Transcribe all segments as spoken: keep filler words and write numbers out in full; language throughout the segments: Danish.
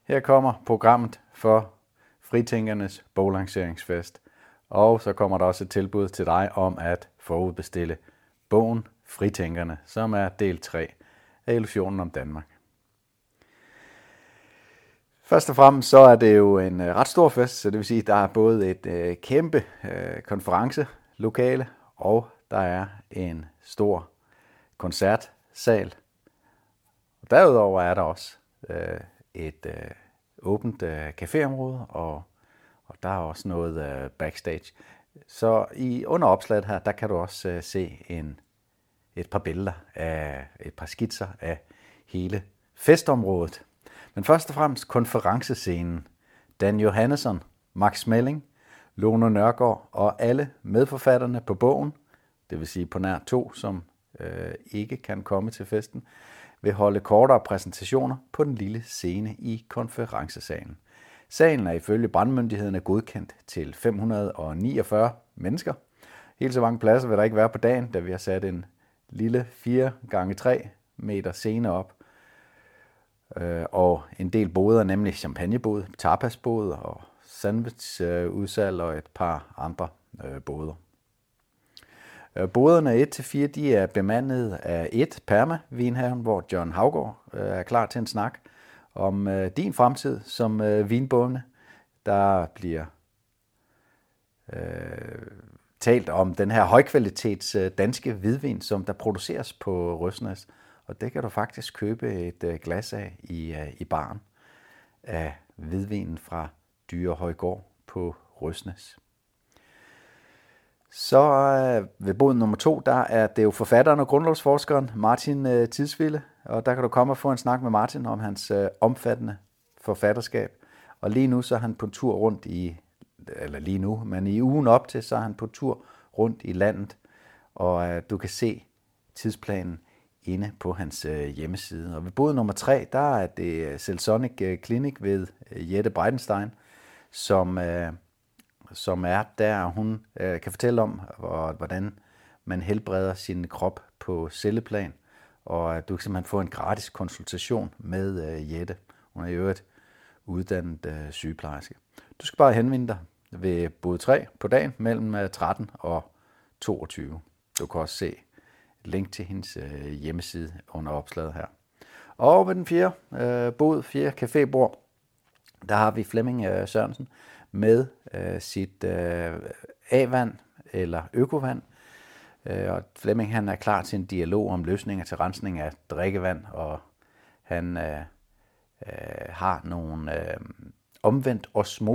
Her kommer programmet for Fritænkernes boglanceringsfest. Og så kommer der også et tilbud til dig om at forudbestille bogen Fritænkerne, som er del tre af Illusionen om Danmark. Først og fremmest så er det jo en ret stor fest, så det vil sige, at der er både et øh, kæmpe øh, konferencelokale, og der er en stor koncertsal. Og derudover er der også øh, et øh, åbent øh, caféområde, og, og der er også noget øh, backstage. Så i under opslaget her, der kan du også øh, se en, et par billeder af et par skitser af hele festområdet. Men først og fremmest konferencescenen. Dan Johannesson, Max Smelling, Lone Nørgaard og alle medforfatterne på bogen, det vil sige på nær to, som øh, ikke kan komme til festen, vil holde kortere præsentationer på den lille scene i konferencesalen. Salen er ifølge brandmyndighederne godkendt til fem hundrede niogfyrre mennesker. Helt så mange pladser vil der ikke være på dagen, da vi har sat en lille fire gange tre meter scene op. Og en del boder, nemlig champagnebod, tapasbod og sandwichudsalg og et par andre boder. Boderne et til fire de er bemandet af et Perma-vinhaven, hvor John Haugaard er klar til en snak om din fremtid som vinbonde. Der bliver øh, talt om den her højkvalitets danske hvidvin, som der produceres på Røsnæs. Og det kan du faktisk købe et glas af i, i baren af hvidvinen fra Dyrehøjgård på Røsnæs. Så øh, ved bod nummer to, der er det jo forfatteren og grundlovsforskeren Martin øh, Tidsvilde. Og der kan du komme og få en snak med Martin om hans øh, omfattende forfatterskab. Og lige nu så er han på tur rundt i, eller lige nu, men i ugen op til, så er han på tur rundt i landet. Og øh, du kan se tidsplanen inde på hans øh, hjemmeside. Og ved bod nummer tre, der er det Celsonic øh, Clinic ved øh, Jette Breitenstein, som, øh, som er der, hun øh, kan fortælle om, hvordan man helbreder sin krop på celleplan. Og øh, du kan simpelthen få en gratis konsultation med øh, Jette. Hun er i øvrigt uddannet øh, sygeplejerske. Du skal bare henvende dig ved bod tre på dagen mellem øh, tretten og toogtyve. Du kan også se et link til hendes øh, hjemmeside under opslaget her. Og ved den fjerde øh, bod, fjerde cafébord, der har vi Flemming øh, Sørensen med øh, sit øh, A-vand eller økovand. Øh, og Flemming han er klar til en dialog om løsninger til rensning af drikkevand, og han øh, øh, har nogle øh, omvendt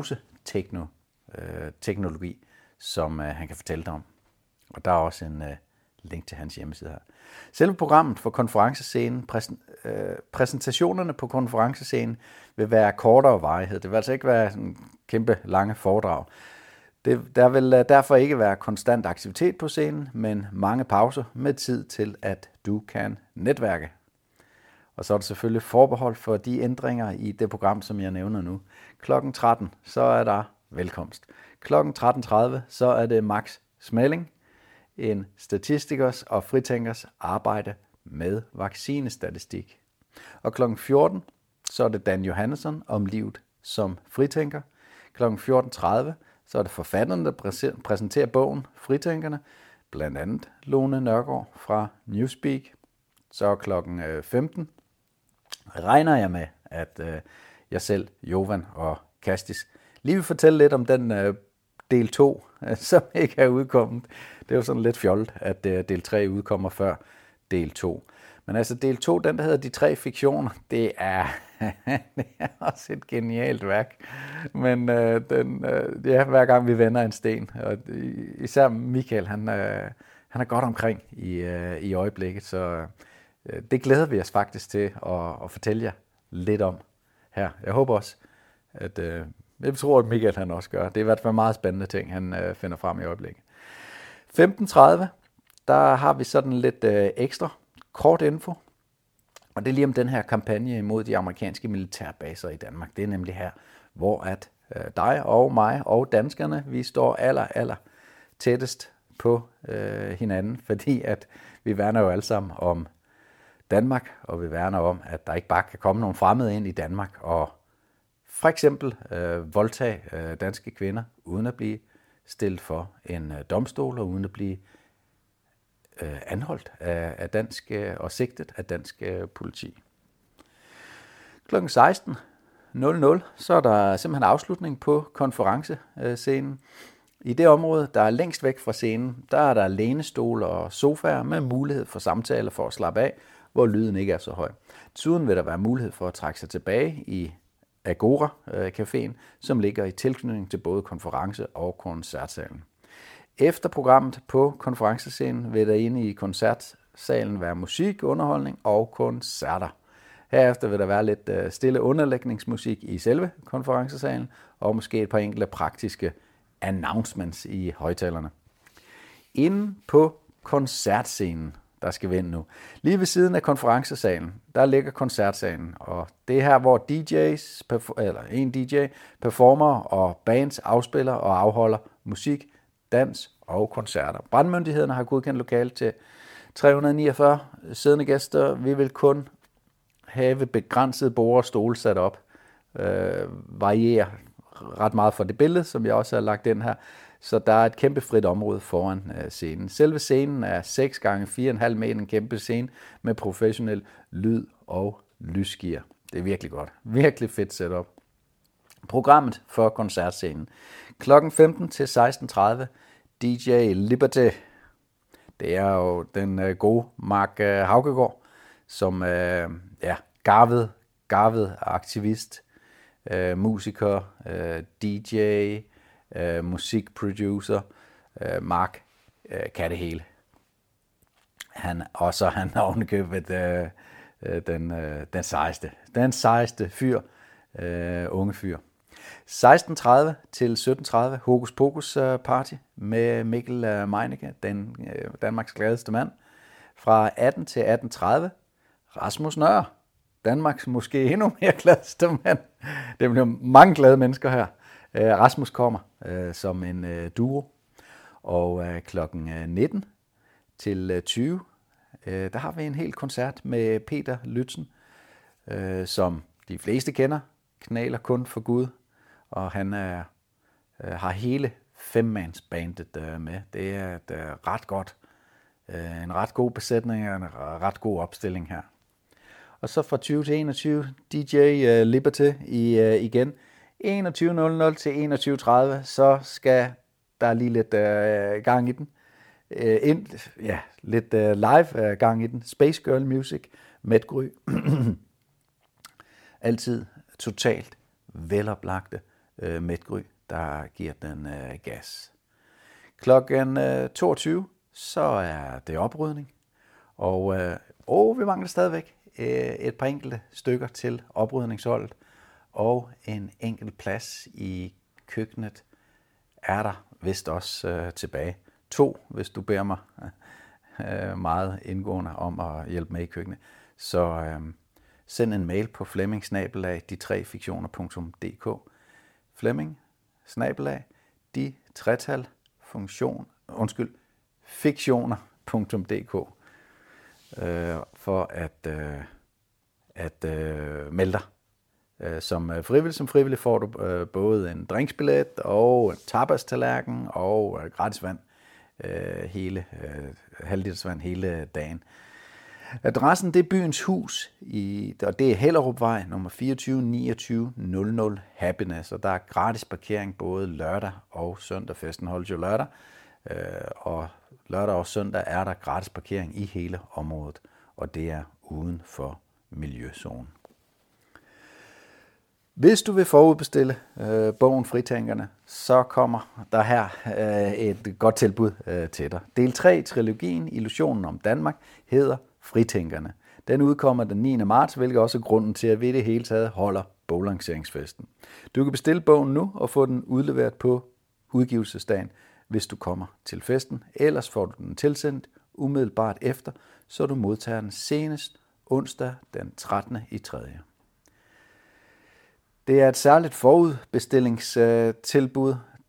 osmose-teknologi, øh, som øh, han kan fortælle dig om. Og der er også en øh, link til hans hjemmeside her. Selve programmet for konferencescenen, præsen, øh, præsentationerne på konferencescenen vil være kortere varighed. Det vil altså ikke være sådan kæmpe lange foredrag. Det, der vil derfor ikke være konstant aktivitet på scenen, men mange pauser med tid til, at du kan netværke. Og så er det selvfølgelig forbehold for de ændringer i det program, som jeg nævner nu. klokken tretten, så er der velkomst. klokken tretten tredive, så er det Max Smelling, en statistikers og fritænkers arbejde med vaccinestatistik. Og klokken fjorten, så er det Dan Johannesson om livet som fritænker. klokken fjorten tredive, så er det forfatteren, der præsenterer bogen Fritænkerne, blandt andet Lone Nørgaard fra Newspeak. Så klokken femten regner jeg med, at jeg selv, Jovan og Kastis lige vil fortælle lidt om den del to, som ikke er udkommet. Det er jo sådan lidt fjollet, at del tre udkommer før del to. Men altså del to, den der hedder De tre fiktioner, det er, det er også et genialt værk. Men øh, den, øh, ja, hver gang vi vender en sten, og især Michael, han, øh, han er godt omkring i, øh, i øjeblikket, så øh, det glæder vi os faktisk til at, at fortælle jer lidt om her. Jeg håber også, at øh, jeg tror, at Michael han også gør. Det er i hvert fald meget spændende ting, han øh, finder frem i øjeblikket. femten tredive, der har vi sådan lidt øh, ekstra kort info. Og det er lige om den her kampagne imod de amerikanske militærbaser i Danmark. Det er nemlig her, hvor at øh, dig og mig og danskerne, vi står aller, aller tættest på øh, hinanden, fordi at vi værner jo alle sammen om Danmark, og vi værner om, at der ikke bare kan komme nogen fremmede ind i Danmark og For eksempel øh, voldtage øh, danske kvinder, uden at blive stillet for en øh, domstol, og uden at blive øh, anholdt af, af dansk øh, og sigtet af dansk øh, politi. klokken seksten nul nul, så er der simpelthen afslutning på konferencescenen. I det område, der er længst væk fra scenen, der er der lænestole og sofaer med mulighed for samtaler for at slappe af, hvor lyden ikke er så høj. Desuden vil der være mulighed for at trække sig tilbage i Agora-caféen, som ligger i tilknytning til både konference- og koncertsalen. Efter programmet på konferencescenen vil der inde i koncertsalen være musik, underholdning og koncerter. Herefter vil der være lidt stille underlægningsmusik i selve konferencesalen, og måske et par enkelte praktiske announcements i højtalerne. Inde på koncertscenen, der skal vi ind nu. Lige ved siden af konferencesalen, der ligger koncertsalen, og det er her, hvor D J's, eller en D J, performer og bands afspiller og afholder musik, dans og koncerter. Brandmyndighederne har godkendt lokale til tre hundrede niogfyrre siddende gæster. Vi vil kun have begrænsede borde og stole sat op. Øh, varierer ret meget for det billede, som jeg også har lagt ind her. Så der er et kæmpe frit område foran øh, scenen. Selve scenen er seks gange fire komma fem meter, en kæmpe scene med professionel lyd og lysgear. Det er virkelig godt. Virkelig fedt setup. Programmet for koncertscenen. klokken femten til seksten tredive, D J Liberty. Det er jo den øh, gode Mark øh, Haugegaard, som øh, ja, garvet, garvet aktivist, øh, musiker, øh, D J, øh, musikproducer. Øh, Mark øh, kan det hele. Han, og så han har ovenikøbet øh, øh, den, øh, den sejeste, den sejeste fyr, øh, unge fyr. seksten tredive til sytten tredive, Hokus Pokus Party med Mikkel Meinicke, den øh, Danmarks gladeste mand. Fra atten til atten tredive, Rasmus Nøhr, Danmarks måske endnu mere gladeste mand. Det bliver mange glade mennesker her. Øh, Rasmus kommer øh, som en øh, duo. Og øh, klokken nitten til tyve, øh, der har vi en hel koncert med Peter Lützen, øh, som de fleste kender, knæler kun for Gud. Og han er, øh, har hele femmandsbandet øh, med. Det er et øh, ret godt, øh, en ret god besætning og en ret god opstilling her. Og så fra tyve til enogtyve, D J øh, Liberty i, øh, igen. enogtyve nul nul til enogtyve tredive, så skal der lige lidt øh, gang i den. Øh, ind, ja, lidt øh, live øh, gang i den. Space Girl Music, Mette Gry. Altid totalt veloplagte øh, Mette Gry, der giver den øh, gas. Klokken øh, toogtyve, så er det oprydning. Og øh, åh, vi mangler stadigvæk øh, et par enkelte stykker til oprydningsholdet. Og en enkelt plads i køkkenet er der vist også øh, tilbage. To, hvis du beder mig øh, meget indgående om at hjælpe med i køkkenet. Så øh, send en mail på flemming snabel-a de tre fiktioner punktum d k. Flemming snabel-a de tretal funktion, undskyld, fiktioner punktum d k øh, for at, øh, at øh, melde dig. Som frivillig, som frivillig får du øh, både en drinksbillet og en tapastallerken og øh, gratis vand, øh, hele, øh, halvliters vand hele dagen. Adressen, det er Byens Hus, i, og det er Hellerupvej, nummer fireogtyve niogtyve nul nul Happiness, og der er gratis parkering både lørdag og søndag. Festen holdes jo lørdag, øh, og lørdag og søndag er der gratis parkering i hele området, og det er uden for miljøzonen. Hvis du vil forudbestille øh, bogen Fritænkerne, så kommer der her øh, et godt tilbud øh, til dig. Del tre i trilogien Illusionen om Danmark hedder Fritænkerne. Den udkommer den niende marts, hvilket også er grunden til, at vi i det hele taget holder boglanceringsfesten. Du kan bestille bogen nu og få den udleveret på udgivelsesdagen, hvis du kommer til festen. Ellers får du den tilsendt umiddelbart efter, så du modtager den senest onsdag den trettende i tredje Det er et særligt forudbestillingstilbud.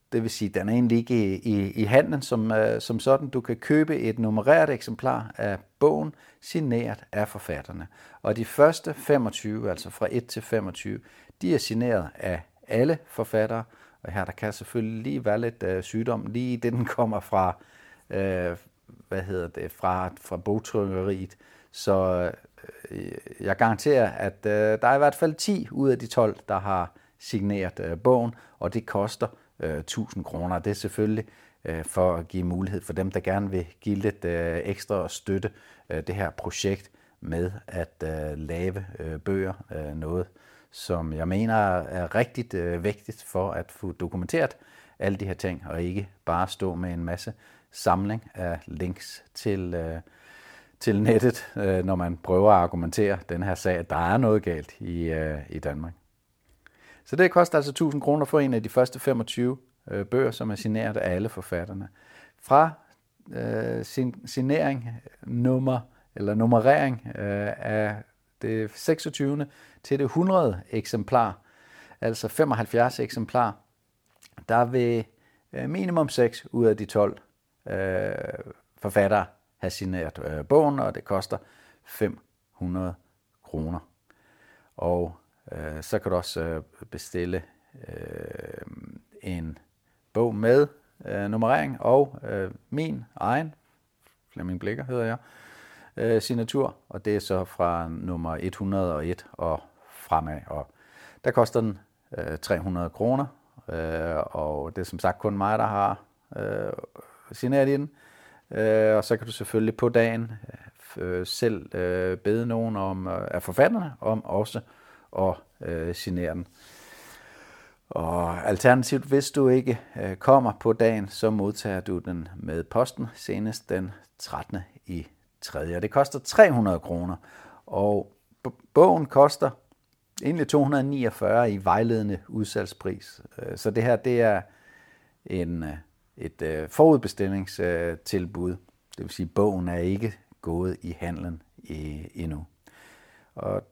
Det vil sige, den er egentlig ikke i, i, i handlen som, uh, som sådan. Du kan købe et nummereret eksemplar af bogen, signeret af forfatterne. Og de første femogtyve, altså fra et til femogtyve, de er signeret af alle forfattere. Og her der kan selvfølgelig lige være lidt uh, sygdom, lige det den kommer fra, uh, hvad hedder det, fra, fra bogtrykkeriet. Så uh, jeg garanterer, at uh, der er i hvert fald ti ud af de tolv, der har signeret uh, bogen, og det koster tusind kroner. Det er selvfølgelig øh, for at give mulighed for dem, der gerne vil give lidt øh, ekstra støtte øh, det her projekt med at øh, lave øh, bøger. Øh, noget, som jeg mener er rigtig øh, vigtigt for at få dokumenteret alle de her ting, og ikke bare stå med en masse samling af links til, øh, til nettet, øh, når man prøver at argumentere den her sag, at der er noget galt i, øh, i Danmark. Så det koster altså tusind kroner for en af de første femogtyve øh, bøger, som er signeret af alle forfatterne. Fra øh, sin, signering, nummer, eller nummerering øh, af det seksogtyvende til det hundrede eksemplar, altså femoghalvfjerds eksemplar, der vil øh, minimum seks ud af de tolv øh, forfattere have signeret øh, bogen, og det koster fem hundrede kroner. Og øh, så kan du også øh, bestille øh, en bog med øh, nummerering og øh, min egen, Flemming Blicher hedder jeg, øh, signatur, og det er så fra nummer et hundrede og et og fremad, og der koster den øh, tre hundrede kroner, øh, og det er som sagt kun mig, der har øh, signeret i den, øh, og så kan du selvfølgelig på dagen øh, selv øh, bede nogen om, øh, af forfatterne om også at øh, signere den. Og alternativt, hvis du ikke øh, kommer på dagen, så modtager du den med posten senest den trettende i tredje. Det koster tre hundrede kroner, og bogen koster egentlig to hundrede niogfyrre i vejledende udsalgspris. Så det her, det er en, et forudbestillingstilbud. Det vil sige, at bogen er ikke gået i handlen endnu. Og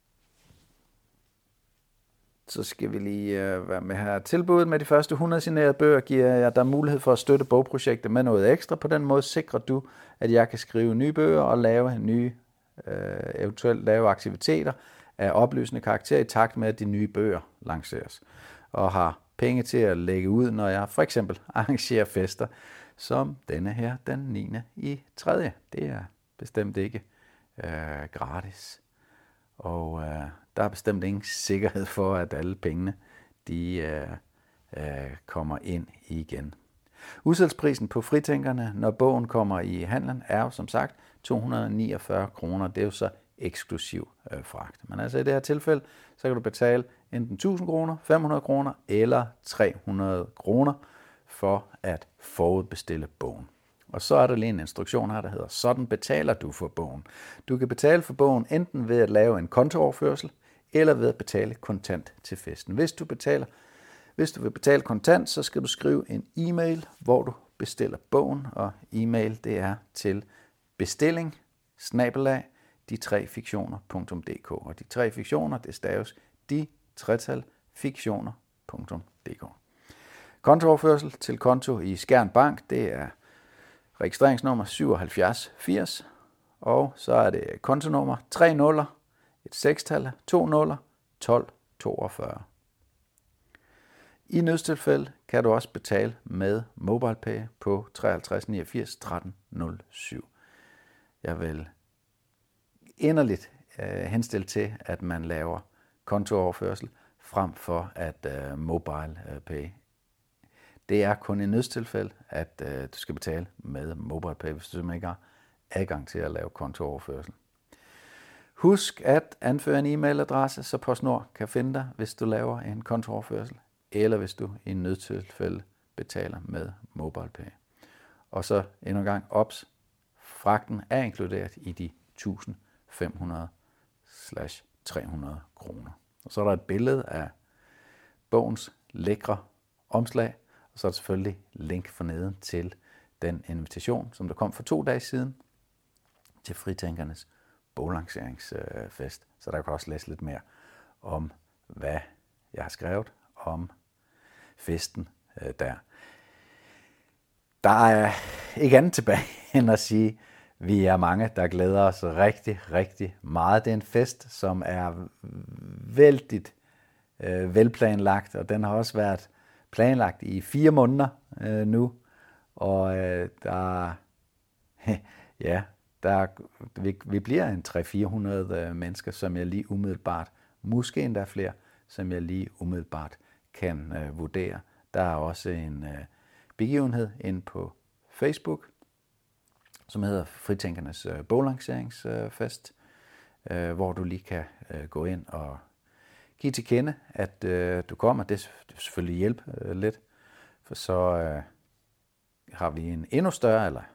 så skal vi lige være med her. Tilbuddet med de første hundrede signerede bøger giver jeg dig mulighed for at støtte bogprojektet med noget ekstra. På den måde sikrer du, at jeg kan skrive nye bøger og lave nye, eventuelt lave aktiviteter af oplysende karakter i takt med, at de nye bøger lanceres. Og har penge til at lægge ud, når jeg for eksempel arrangerer fester, som denne her den niende i tredje. Det er bestemt ikke øh, gratis. Og øh, der er bestemt ingen sikkerhed for, at alle pengene de, øh, øh, kommer ind igen. Udsalgsprisen på Fritænkerne, når bogen kommer i handlen, er jo som sagt to hundrede niogfyrre kroner. Det er jo så eksklusiv øh, fragt. Men altså i det her tilfælde, så kan du betale enten tusind kroner, fem hundrede kroner eller tre hundrede kroner for at forudbestille bogen. Og så er der lige en instruktion her, der hedder, sådan betaler du for bogen. Du kan betale for bogen enten ved at lave en kontooverførsel, eller ved at betale kontant til festen. Hvis du, betaler, hvis du vil betale kontant, så skal du skrive en e-mail, hvor du bestiller bogen, og e-mail det er til bestilling snabel-a de tre fiktioner punktum d k. Og de tre fiktioner, det staves de tretal fiktioner punktum d k. Kontooverførsel til konto i Skjern Bank, det er registreringsnummer syvoghalvfjerds firs, og så er det kontonummer tre nuller, et sekstal, to nuller, tolv toogfyrre. I nødstilfælde kan du også betale med MobilePay på treoghalvtreds niogfirs tretten nul syv. Jeg vil inderligt øh, henstille til, at man laver kontooverførsel frem for at øh, MobilePay. Det er kun i nødstilfælde, at øh, du skal betale med MobilePay, hvis du simpelthen ikke har adgang til at lave kontooverførsel. Husk at anføre en e-mailadresse, så PostNord kan finde dig, hvis du laver en kontooverførsel, eller hvis du i en nødstilfælde betaler med MobilePay. Og så endnu en gang ops, fragten er inkluderet i de tusind fem hundrede til tre hundrede kroner. Og så er der et billede af bogens lækre omslag, og så er der selvfølgelig link forneden til den invitation, som der kom for to dage siden til Fritænkernes boglanceringsfest. Så der kan også læse lidt mere om, hvad jeg har skrevet om festen øh, der. Der er ikke andet tilbage end at sige, vi er mange, der glæder os rigtig, rigtig meget. Det er en fest, som er vældigt øh, velplanlagt, og den har også været planlagt i fire måneder øh, nu. Og øh, der, ja, der, vi, vi bliver en tre til fire hundrede øh, mennesker, som jeg lige umiddelbart, måske endda flere, som jeg lige umiddelbart kan øh, vurdere. Der er også en øh, begivenhed inde på Facebook, som hedder Fritænkernes øh, boglanceringsfest, øh, hvor du lige kan øh, gå ind og give til kende, at øh, du kommer. Det vil selvfølgelig hjælpe øh, lidt, for så øh, har vi en endnu større, eller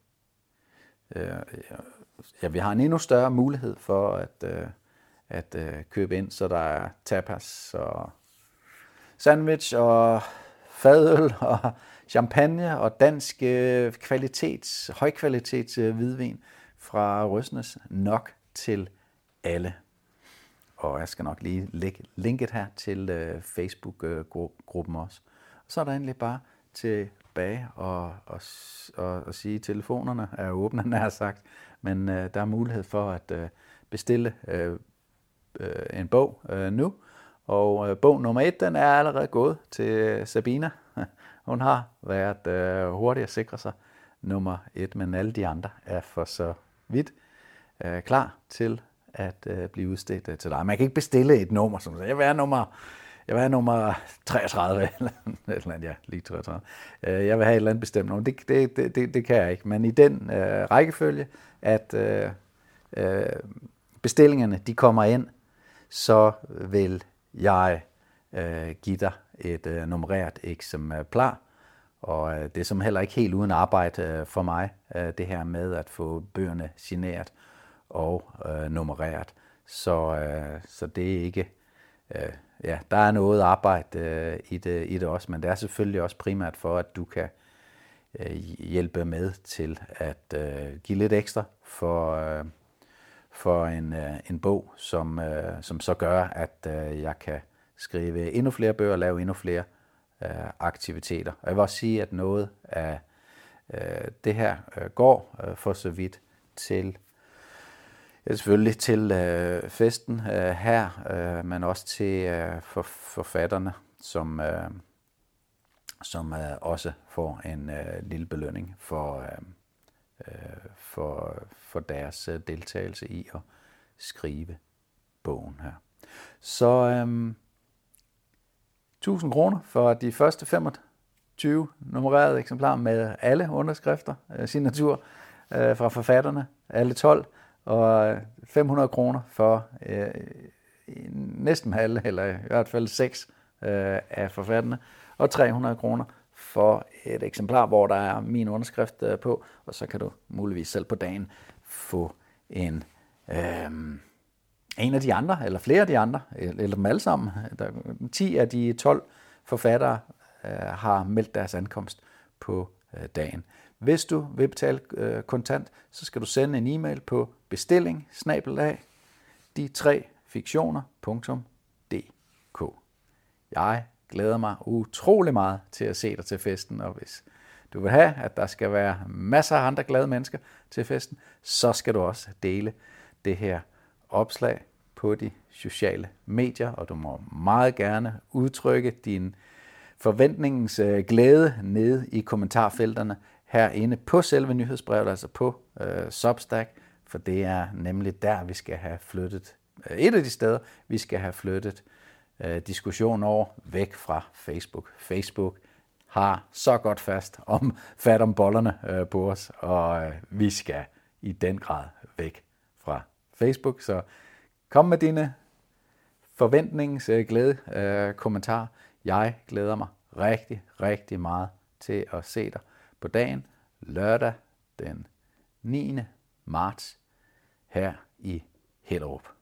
øh, ja, vi har en endnu større mulighed for at, øh, at øh, købe ind, så der er tapas og sandwich og fadøl og champagne og dansk øh, kvalitets, højkvalitets øh, hvidvin fra Røsnes nok til alle. Og jeg skal nok lige lægge linket her til øh, Facebook-gruppen også. Og så er der egentlig bare tilbage og, og, og, og sige, at telefonerne er åbne, nær sagt. Men øh, der er mulighed for at øh, bestille øh, øh, en bog øh, nu. Og øh, bog nummer et, den er allerede gået til Sabina. Hun har været øh, hurtig at sikre sig nummer et, men alle de andre er for så vidt øh, klar til at øh, blive udstedt øh, til dig. Man kan ikke bestille et nummer, som siger, jeg vil have nummer, jeg vil have nummer treogtredive, eller, eller ja, lige treogtredive. Øh, jeg vil have et eller andet bestemt nummer. Det, det, det, det, det kan jeg ikke. Men i den øh, rækkefølge, at øh, øh, bestillingerne de kommer ind, så vil jeg øh, give dig et øh, nummereret eksemplar. Og øh, det er som heller ikke helt uden arbejde øh, for mig, øh, det her med at få bøgerne signeret og øh, nummereret. Så, øh, så det er ikke... Øh, ja, der er noget arbejde øh, i, det, i det også, men det er selvfølgelig også primært for, at du kan øh, hjælpe med til at øh, give lidt ekstra for, øh, for en, øh, en bog, som, øh, som så gør, at øh, jeg kan skrive endnu flere bøger og lave endnu flere øh, aktiviteter. Og jeg vil også sige, at noget af øh, det her øh, går øh, for så vidt til Ja, selvfølgelig til øh, festen øh, her, øh, men også til øh, for, forfatterne, som, øh, som øh, også får en øh, lille belønning for, øh, øh, for, for deres øh, deltagelse i at skrive bogen her. Så øh, tusind kroner for de første femogtyve nummererede eksemplarer med alle underskrifter, øh, signatur øh, fra forfatterne, alle tolv. Og fem hundrede kroner for øh, næsten halve, eller i hvert fald seks øh, af forfatterne, og tre hundrede kroner for et eksemplar, hvor der er min underskrift øh, på, og så kan du muligvis selv på dagen få en, øh, en af de andre, eller flere af de andre, eller dem alle sammen. Der, ti af de tolv forfattere øh, har meldt deres ankomst på øh, dagen. Hvis du vil betale øh, kontant, så skal du sende en e-mail på bestilling snabel-a de tre fiktioner punktum d k. Jeg glæder mig utrolig meget til at se dig til festen, og hvis du vil have, at der skal være masser af andre glade mennesker til festen, så skal du også dele det her opslag på de sociale medier, og du må meget gerne udtrykke din forventningens øh, glæde nede i kommentarfelterne herinde på selve nyhedsbrevet, altså på øh, Substack, for det er nemlig der, vi skal have flyttet, øh, et af de steder, vi skal have flyttet øh, diskussion over væk fra Facebook. Facebook har så godt fast om fat om bollerne øh, på os, og øh, vi skal i den grad væk fra Facebook. Så kom med dine forventningsglæde øh, kommentarer. Jeg glæder mig rigtig, rigtig meget til at se dig på dagen, lørdag den niende marts her i Hellerup.